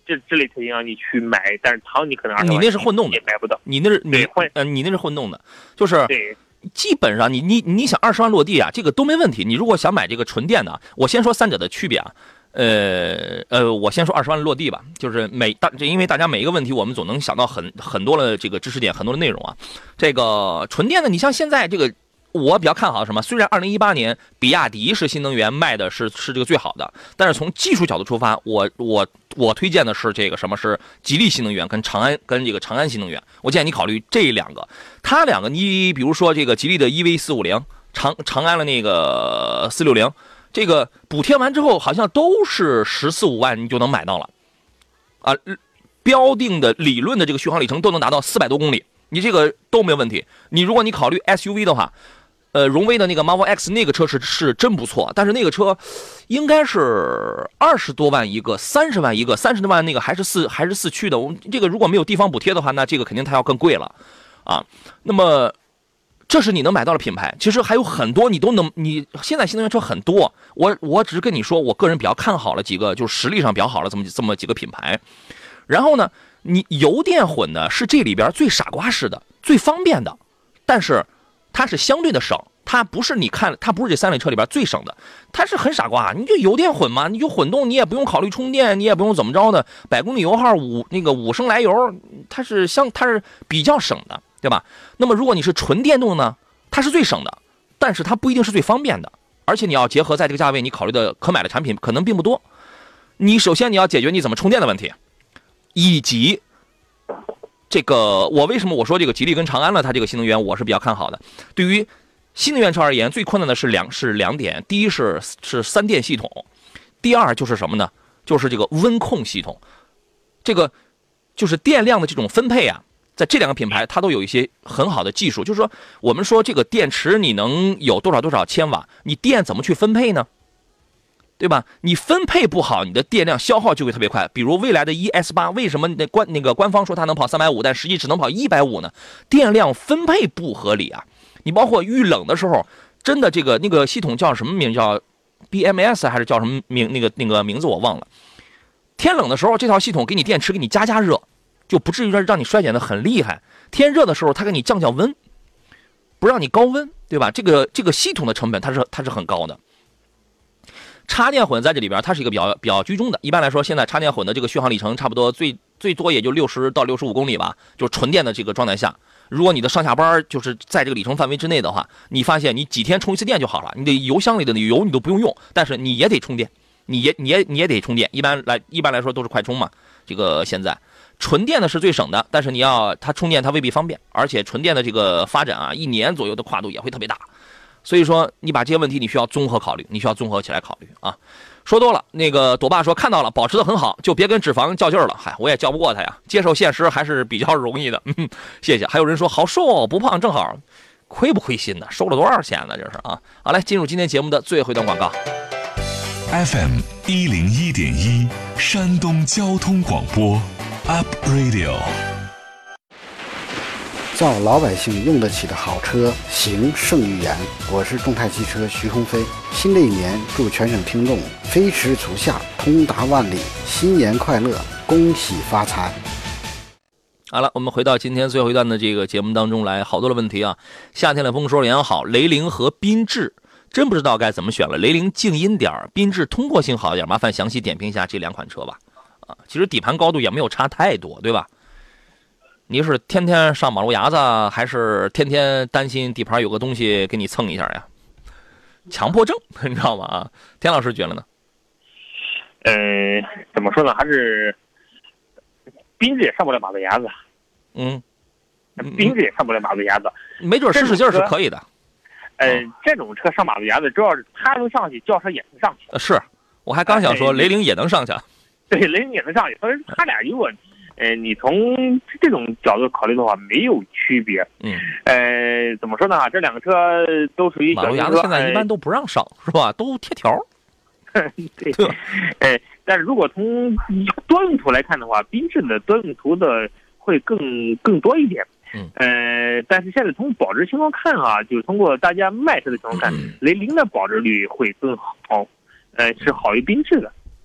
这这类车型啊，你去买，但是唐你可能二十你那是混动的， 也买不到。 你那是你混， 呃，你那是混动的，就是对。 基本上你你你想二十万落地啊，这个都没问题。你如果想买这个纯电的，我先说三者的区别啊。呃呃，我先说二十万落地吧，就是每大，因为大家每一个问题，我们总能想到很很多的这个知识点，很多的内容啊。这个纯电的，你像现在这个，我比较看好什么？虽然二零一八年比亚迪是新能源卖的是是这个最好的，但是从技术角度出发，我我我推荐的是这个什么是吉利新能源跟长安跟这个长安新能源，我建议你考虑这两个。它两个，你比如说这个吉利的 E V 四五零，长长安的那个四六零。这个补贴完之后，好像都是十四五万你就能买到了，啊，标定的理论的这个续航里程都能达到四百多公里，你这个都没有问题。你如果你考虑 S U V 的话，呃，荣威的那个 Marvel X 那个车是是真不错，但是那个车应该是二十多万一个，三十万一个，三十多万那个还是四还是四驱的。我们这个如果没有地方补贴的话，那这个肯定它要更贵了，啊，那么。这是你能买到的品牌，其实还有很多你都能。你现在新能源车很多，我我只是跟你说，我个人比较看好了几个，就是实力上比较好了这么这么几个品牌。然后呢，你油电混的是这里边最傻瓜式的、最方便的，但是它是相对的省，它不是你看它不是这三类车里边最省的，它是很傻瓜。你就油电混嘛，你就混动，你也不用考虑充电，你也不用怎么着的，百公里油耗五那个五升来油，它是相它是比较省的。对吧？那么如果你是纯电动呢，它是最省的，但是它不一定是最方便的，而且你要结合在这个价位，你考虑的可买的产品可能并不多。你首先你要解决你怎么充电的问题，以及这个我为什么我说这个吉利跟长安呢？它这个新能源我是比较看好的。对于新能源车而言，最困难的是两是两点，第一是是三电系统，第二就是什么呢？就是这个温控系统，这个就是电量的这种分配啊。在这两个品牌，它都有一些很好的技术，就是说，我们说这个电池你能有多少多少千瓦，你电怎么去分配呢？对吧？你分配不好，你的电量消耗就会特别快。比如未来的 E S 八，为什么那官那个官方说它能跑三百五，但实际只能跑一百五呢？电量分配不合理啊！你包括遇冷的时候，真的这个那个系统叫什么名？叫 B M S 还是叫什么名？那个那个名字我忘了。天冷的时候，这套系统给你电池给你加加热。就不至于让让你衰减的很厉害。天热的时候，它给你降降温，不让你高温，对吧？这个这个系统的成本它是它是很高的。插电混在这里边，它是一个比较比较居中的。一般来说，现在插电混的这个续航里程差不多最最多也就六十到六十五公里吧，就是纯电的这个状态下。如果你的上下班就是在这个里程范围之内的话，你发现你几天充一次电就好了，你的油箱里的油你都不用用，但是你也得充电，你也你也你也得充电。一般来一般来说都是快充嘛，这个现在。纯电的是最省的，但是你要它充电它未必方便，而且纯电的这个发展啊，一年左右的跨度也会特别大，所以说你把这些问题你需要综合考虑，你需要综合起来考虑啊。说多了，那个朵爸说看到了，保持的很好，就别跟脂肪较劲了。嗨，我也较不过他呀，接受现实还是比较容易的。嗯，谢谢。还有人说好瘦不胖正好，亏不亏心呢？收了多少钱呢？这是啊。好，来进入今天节目的最后一段广告。 F M 一零一点一，山东交通广播。Up Radio， 造老百姓用得起的好车，行胜于言。我是众泰汽车徐鸿飞。新的一年，祝全省听众飞驰足下，通达万里，新年快乐，恭喜发财。 好了，我们回到今天最后一段的这个节目当中来，好多的问题啊。夏天的风说良好，雷凌和缤智真不知道该怎么选了。雷凌静音点，缤智通过性好一点，麻烦详细点评一下这两款车吧。其实底盘高度也没有差太多，对吧？你是天天上马路牙子，还是天天担心底盘有个东西给你蹭一下呀？强迫症，你知道吗？啊，田老师觉得呢？ 呃，怎么说呢？还是缤智也上不了马路牙子。 嗯， 缤智也上不了马路牙子， 没准使使劲是可以的。 呃，这种车上马路牙子，主要是它能上去，轿车也能上去。 呃，是，我还刚想说，雷凌也能上去。 对，雷凌也能上去，所以他俩如果，呃，你从这种角度考虑的话，没有区别。 嗯， 呃，怎么说呢？这两个车都属于马路牙子，现在一般都不让上，是吧？都贴条。 对，对，呃，但是如果从多用途来看的话，缤智的多用途的会更更多一点。 嗯， 呃，但是现在从保值情况看啊，就是通过大家卖车的情况看，嗯、雷凌的保值率会更好，呃，是好于缤智的。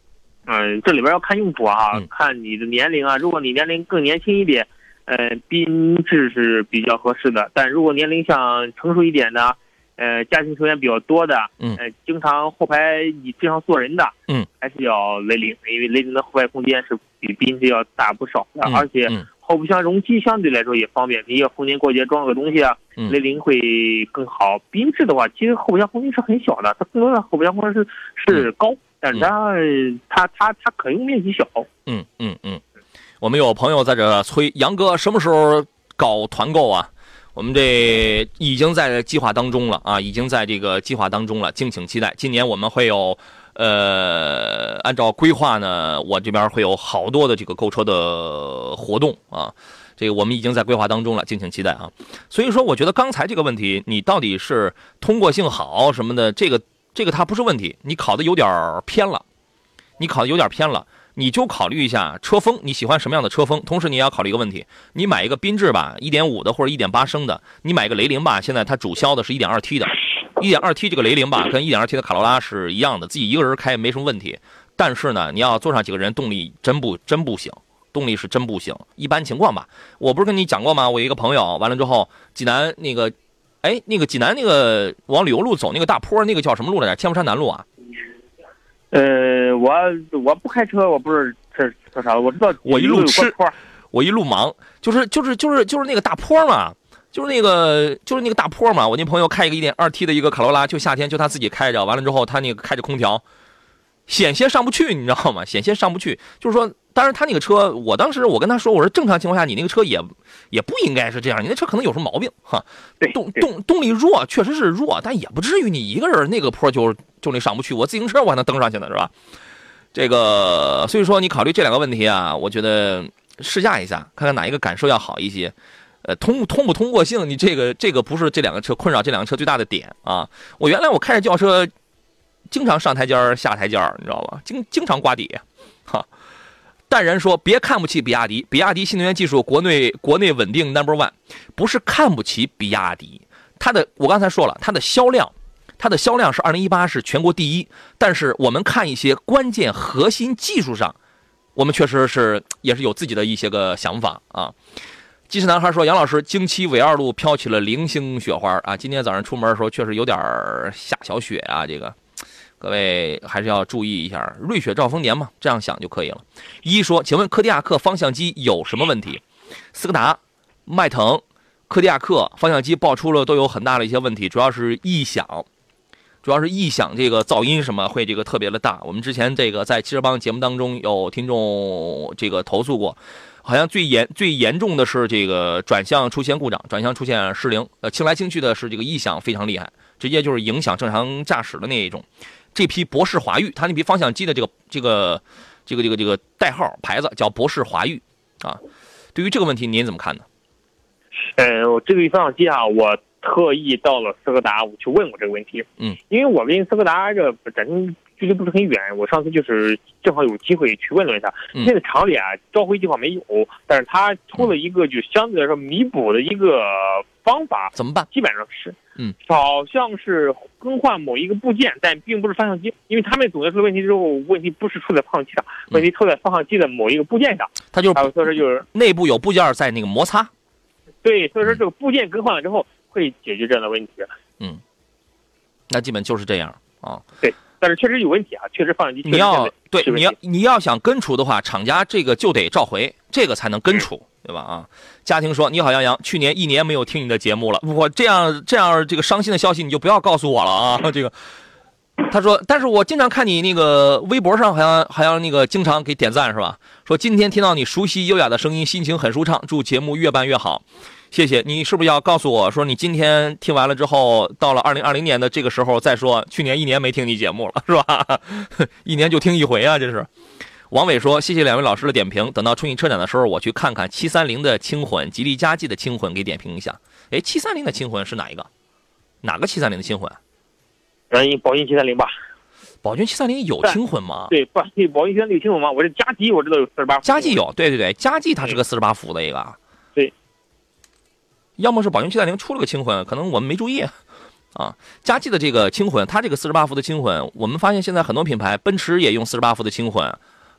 嗯，这里边要看用途啊， 嗯、 看你的年龄啊。如果你年龄更年轻一点，呃，缤智是比较合适的。但如果年龄像成熟一点的，呃，家庭成员比较多的， 嗯， 呃，经常后排你经常坐人的， 嗯， 还是要雷凌，因为雷凌的后排空间是比缤智要大不少的， 嗯、 而且后备箱容积相对来说也方便。你要逢年过节装个东西啊， 嗯、 雷凌会更好。缤智的话，其实后备箱空间是很小的，它更多的后备箱空间是是高。嗯但是它、嗯、它它它可用面积小。 嗯嗯嗯，我们有朋友在这催杨哥什么时候搞团购啊？我们这已经在计划当中了啊，已经在这个计划当中了，敬请期待。今年我们会有呃，按照规划呢，我这边会有好多的这个购车的活动啊，这个我们已经在规划当中了，敬请期待啊。所以说，我觉得刚才这个问题，你到底是通过性好什么的，这个。这个它不是问题，你考的有点偏了，你考的有点偏了，你就考虑一下车风，你喜欢什么样的车风？同时你也要考虑一个问题，你买一个缤智吧 ，一点五 的或者 一点八 升的，你买个雷凌吧，现在它主销的是 一点二 T 的 ，一点二 T 这个雷凌吧，跟 一点二 T 的卡罗拉是一样的，自己一个人开没什么问题。但是呢，你要坐上几个人，动力真不真不行，动力是真不行。一般情况吧，我不是跟你讲过吗？我一个朋友完了之后，济南那个。哎，那个济南那个往旅游路走那个大坡，那个叫什么路来着？天福山南路啊。 呃，我我不开车，我不是这这啥，我知道我一路吃，我一路忙，就是就是就是就是那个大坡嘛，就是那个就是那个大坡嘛。我那朋友开一个 一点二 T 的一个卡罗拉，就夏天就他自己开着，完了之后他那个开着空调，险些上不去，你知道吗？险些上不去，就是说。当然，他那个车，我当时我跟他说，我说正常情况下，你那个车也也不应该是这样，你那车可能有什么毛病哈。动动动力弱，确实是弱，但也不至于你一个人那个坡就就那上不去。我自行车我还能登上去呢，是吧？这个，所以说你考虑这两个问题啊，我觉得试驾一下，看看哪一个感受要好一些。呃，通通不通过性，你这个这个不是这两个车困扰这两个车最大的点啊。我原来我开着轿车，经常上台阶下台阶，你知道吧？经经常刮底，哈。淡然说：“别看不起比亚迪，比亚迪新能源技术国内国内稳定 number one， 不是看不起比亚迪，它的我刚才说了，它的销量，它的销量是二零一八是全国第一，但是我们看一些关键核心技术上，我们确实是也是有自己的一些个想法啊。”机智男孩说：“杨老师，京七纬二路飘起了零星雪花啊，今天早上出门的时候确实有点下小雪啊，这个。”各位还是要注意一下，瑞雪兆丰年嘛，这样想就可以了。一说，请问柯迪亚克方向机有什么问题？斯柯达、迈腾、柯迪亚克方向机爆出了都有很大的一些问题，主要是异响，主要是异响这个噪音什么会这个特别的大。我们之前这个在汽车帮节目当中有听众这个投诉过，好像最严最严重的是这个转向出现故障，转向出现失灵，呃，清来清去的是这个异响非常厉害，直接就是影响正常驾驶的那一种。这批博士华域，它那批方向机的这个这个这个这个这个代号牌子叫博士华域啊。对于这个问题，您怎么看呢？ 呃，我这个方向机啊，我特意到了斯柯达，我去问过这个问题。 嗯， 因为我跟斯柯达这本身距离不是很远，我上次就是正好有机会去问了一下。 嗯、 现在厂里啊，召回计划没有，但是他出了一个就相对来说弥补的一个方法。 怎么办？ 基本上是。 嗯， 好像是更换某一个部件，但并不是方向机，因为他们总结出问题之后，问题不是出在方向机上，问题出在方向机的某一个部件上。 它就是， 所以说就是内部有部件在那个摩擦。 对，所以说这个部件更换了之后会解决这样的问题。 嗯，那基本就是这样啊。 对，但是确实有问题啊，确实方向机确实你要对你要你要想根除的话，厂家这个就得召回，这个才能根除。嗯对吧？啊，家庭说：“你好，杨洋，去年一年没有听你的节目了，我这样这样这个伤心的消息你就不要告诉我了啊！这个，他说，但是我经常看你那个微博上好像好像那个经常给点赞是吧？说今天听到你熟悉优雅的声音，心情很舒畅，祝节目越办越好，谢谢你。是不是要告诉我说你今天听完了之后，到了二零二零年的这个时候再说，去年一年没听你节目了是吧？一年就听一回啊，这是。”王伟说：“谢谢两位老师的点评，等到春季车展的时候，我去看看七三零的轻混，吉利嘉际的轻混，给点评一下。哎，七三零的轻混是哪一个？哪个七三零的轻混？ 嗯，宝骏七三零吧。 宝骏七三零有轻混吗？ 对，不，对，宝骏七三零有轻混吗？我这嘉际我知道有四十八。 嘉际有，对对对，嘉际它是个四十八伏的一个。 对。 要么是宝骏七三零出了个轻混，可能我们没注意。啊，嘉际的这个轻混，它这个四十八伏的轻混，我们发现现在很多品牌，奔驰也用四十八伏的轻混。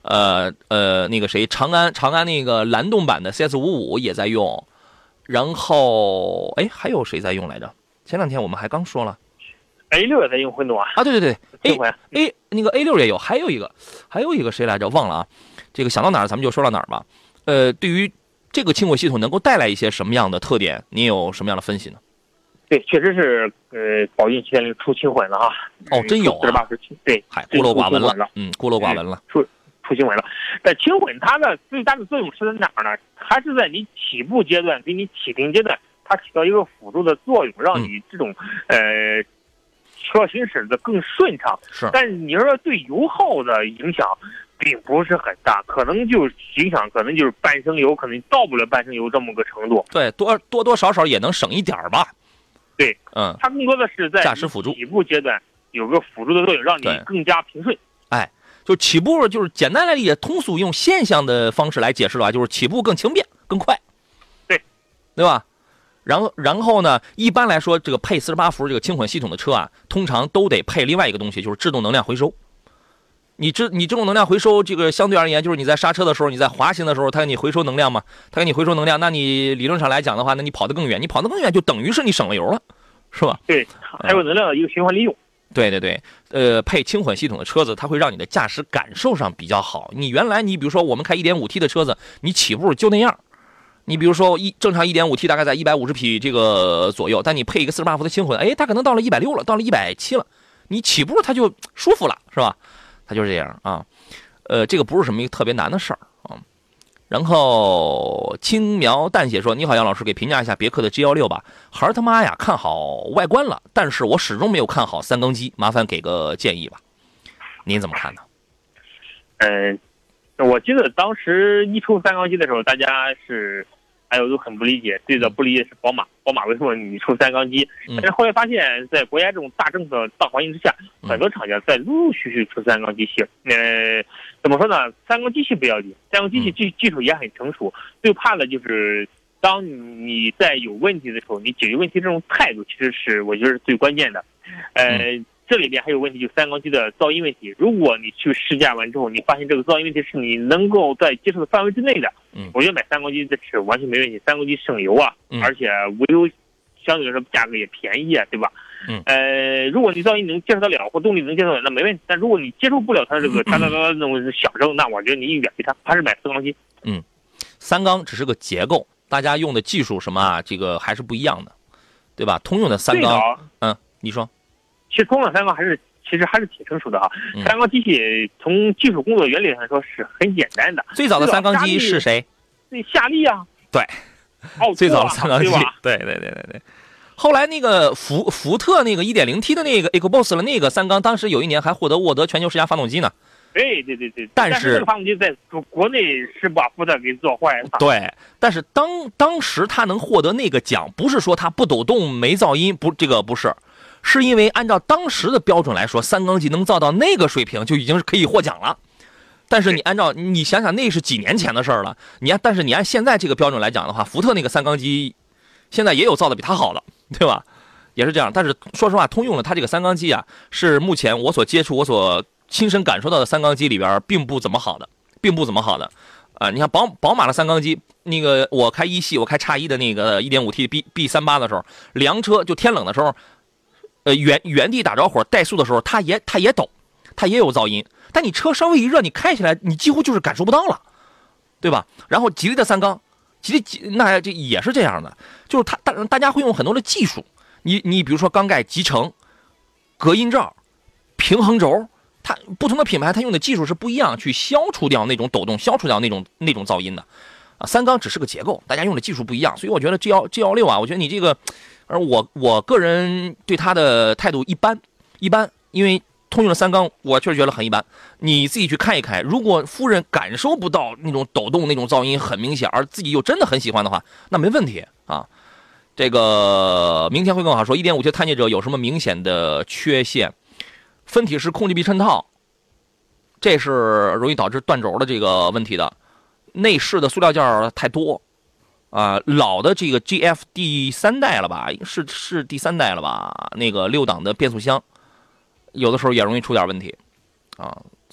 呃呃，那个谁，长安长安那个蓝动版的 C S 五五也在用，然后哎还有谁在用来着？前两天我们还刚说了 A 六也在用混动啊。 啊，对对对轻混 ，A A 那个 A 六也有，还有一个还有一个谁来着？忘了啊，这个想到哪儿咱们就说到哪儿吧。呃，对于这个轻轨系统能够带来一些什么样的特点，您有什么样的分析呢？ 对，确实是，呃，宝骏七点零出轻混了啊。 哦，真有啊！ 八十七，对， 嗨，孤陋寡闻了， 嗯，孤陋寡闻了。 出出轻混了，但轻混它的最大的作用是在哪儿呢？它是在你起步阶段给你启停阶段，它起到一个辅助的作用，让你这种、嗯、呃车行驶的更顺畅。 是， 但是你说对油耗的影响并不是很大，可能就影响可能就是半升油，可能到不了半升油这么个程度。 对，多多多少少也能省一点吧。 对， 嗯， 它更多的是在驾驶辅助起步阶段有个辅助的作用，让你更加平顺。 哎，就起步就是简单来理解，通俗用现象的方式来解释的话，就是起步更轻便、更快。 对， 对吧？然后然后呢，一般来说，这个配四十八伏这个轻混系统的车啊，通常都得配另外一个东西，就是制动能量回收。你制你制动能量回收，这个相对而言，就是你在刹车的时候，你在滑行的时候，它给你回收能量嘛，它给你回收能量，那你理论上来讲的话，那你跑得更远，你跑得更远就等于是你省了油了，是吧？ 对，还有能量的一个循环利用。 对对对，呃，配轻混系统的车子，它会让你的驾驶感受上比较好。你原来你比如说我们开 一点五 T 的车子，你起步就那样。你比如说一正常 一点五 T 大概在一百五十匹这个左右，但你配一个四十八伏的轻混，哎，它可能到了一百六了，到了一百七了，你起步它就舒服了，是吧？它就是这样啊。呃，这个不是什么一个特别难的事儿啊。然后轻描淡写说：“你好，杨老师，给评价一下别克的 G 一六吧。孩儿他妈呀，看好外观了，但是我始终没有看好三缸机，麻烦给个建议吧。您怎么看呢？” 嗯、呃，我记得当时一出三缸机的时候，大家是还有都很不理解，最早不理解是宝马，宝马为什么你出三缸机？但是后来发现，在国家这种大政策、大环境之下，很多厂家在陆陆续续出三缸机器。呃，怎么说呢？三缸机器不要紧，三缸机器技技术也很成熟，最怕的就是当你在有问题的时候，你解决问题这种态度，其实是我觉得是最关键的。呃。这里边还有问题，就是三缸机的噪音问题。如果你去试驾完之后，你发现这个噪音问题是你能够在接受的范围之内的，嗯，我觉得买三缸机这是完全没问题。三缸机省油啊，嗯、而且无忧相对来说价格也便宜啊，对吧？ 嗯， 呃，如果你噪音能接受得了，或动力能接受得了，那没问题。但如果你接受不了它这个哒哒哒那种响声，那我觉得你远离它，还是买四缸机。 嗯，三缸只是个结构，大家用的技术什么啊，这个还是不一样的，对吧？通用的三缸，嗯，你说。 其实通用三缸还是其实还是挺成熟的哈、嗯。三缸机器从技术工作原理上说是很简单的。 最早的三缸机是谁？ 那夏利啊。 对， 哦， 最早的三缸机。对对对对对。后来那个福福特那个 一点零 T 的那个 EcoBoost 了那个三缸，当时有一年还获得沃德全球十佳发动机呢。 对对对对。 但是这个发动机在国内是把福特给做坏了。 对，但是当当时他能获得那个奖，不是说他不抖动没噪音，不，这个不是。是因为按照当时的标准来说，三缸机能造到那个水平就已经是可以获奖了。但是你按照你想想，那是几年前的事儿了。你按但是你按现在这个标准来讲的话，福特那个三缸机现在也有造的比它好的，对吧？也是这样。但是说实话，通用的它这个三缸机啊，是目前我所接触、我所亲身感受到的三缸机里边并不怎么好的，并不怎么好的。啊、呃，你看宝宝马的三缸机，那个我开一系，我开叉一的那个 一点五 T B B 三八的时候，凉车就天冷的时候。呃，原原地打着火怠速的时候，它也它也抖，它也有噪音。但你车稍微一热，你开起来，你几乎就是感受不到了，对吧？然后吉利的三缸，吉利那这也是这样的，就是它大大家会用很多的技术，你你比如说缸盖集成、隔音罩、平衡轴，它不同的品牌它用的技术是不一样，去消除掉那种抖动，消除掉那种那种噪音的。啊，三缸只是个结构，大家用的技术不一样，所以我觉得 G 一 G 一六啊，我觉得你这个。而我我个人对他的态度一般一般，因为通用的三缸我确实觉得很一般。你自己去看一看，如果夫人感受不到那种抖动、那种噪音很明显，而自己又真的很喜欢的话，那没问题啊。这个明天会更好说。一点五 T 探界者有什么明显的缺陷？分体式控制臂衬套，这是容易导致断轴的这个问题的。内饰的塑料件太多。啊、呃，老的这个 G F 第三代了吧，是是第三代了吧？那个六档的变速箱，有的时候也容易出点问题，啊，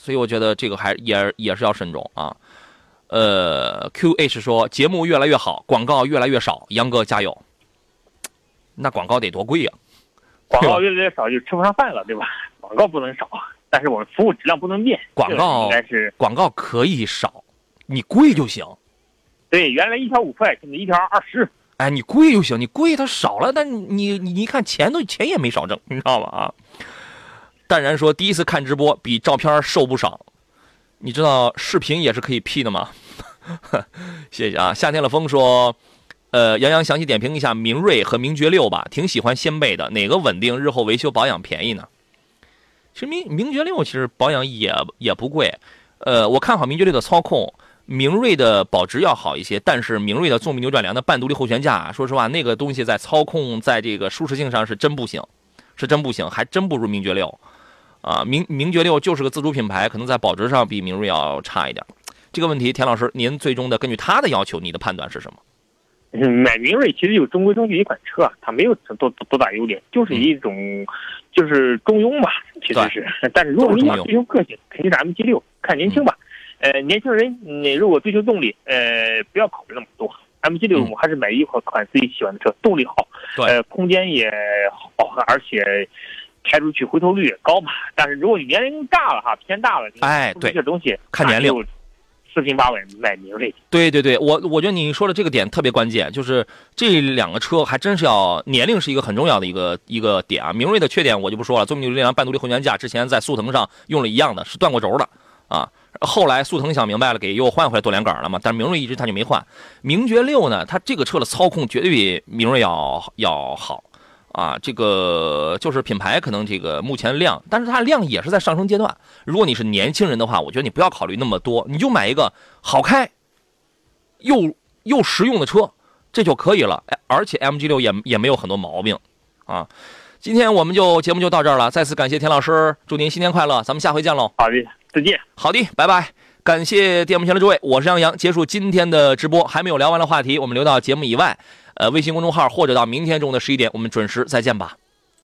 所以我觉得这个还也也是要慎重啊。呃 ，Q H 说节目越来越好，广告越来越少，杨哥加油。那广告得多贵呀、 啊？广告越来越少就吃不上饭了，对吧？广告不能少，但是我们服务质量不能变。 广告应该是广告可以少，你贵就行。 对，原来一条五块，现在一条二十。 哎，你贵就行，你贵它少了，但你你你看钱都钱也没少挣，你知道吗？啊。淡然说第一次看直播比照片瘦不少，你知道视频也是可以 P 的吗？谢谢啊。夏天的风说。呃，杨洋详细点评一下明锐和名爵六吧，挺喜欢掀背的，哪个稳定，日后维修保养便宜呢？其实名名爵六其实保养也也不贵，呃，我看好名爵六的操控，明锐的保值要好一些，但是明锐的纵臂扭转梁的半独立后悬架，说实话，那个东西在操控，在这个舒适性上是真不行，是真不行，还真不如名爵六啊。名名爵六就是个自主品牌，可能在保值上比明锐要差一点。这个问题，田老师，您最终的根据他的要求，你的判断是什么？ 嗯，买明锐其实有中规中矩一款车，它没有多多大优点，就是一种、嗯、就是中庸吧，其实是。但是如果你想追求个性，肯定是 M G 六，看年轻吧。嗯、呃，年轻人你如果追求动力，呃，不要考虑那么多。M G 六还是买一款款自己喜欢的车，动力好，呃，空间也好，而且开出去回头率也高嘛。但是如果你年龄大了哈，偏大了， 哎，对， 这东西看年龄。 四平八稳买明锐， 对对对，我我觉得你说的这个点特别关键，就是这两个车还真是要年龄是一个很重要的一个一个点啊。明锐的缺点我就不说了，纵臂扭转梁半独立后悬架之前在速腾上用了一样的，是断过轴的啊。后来速腾想明白了，给又换回来多连杆了嘛，但是明锐一直他就没换。名爵六呢，它这个车的操控绝对比明锐要要好。啊，这个就是品牌可能这个目前量，但是它量也是在上升阶段。如果你是年轻人的话，我觉得你不要考虑那么多，你就买一个好开又又实用的车，这就可以了。而且 M G 六也也没有很多毛病啊。今天我们就节目就到这儿了，再次感谢田老师，祝您新年快乐，咱们下回见喽。 好的，再见。 好的，拜拜。感谢电幕前的诸位，我是杨洋。结束今天的直播，还没有聊完的话题，我们留到节目以外。呃，微信公众号或者到明天中午的十一点，我们准时再见吧。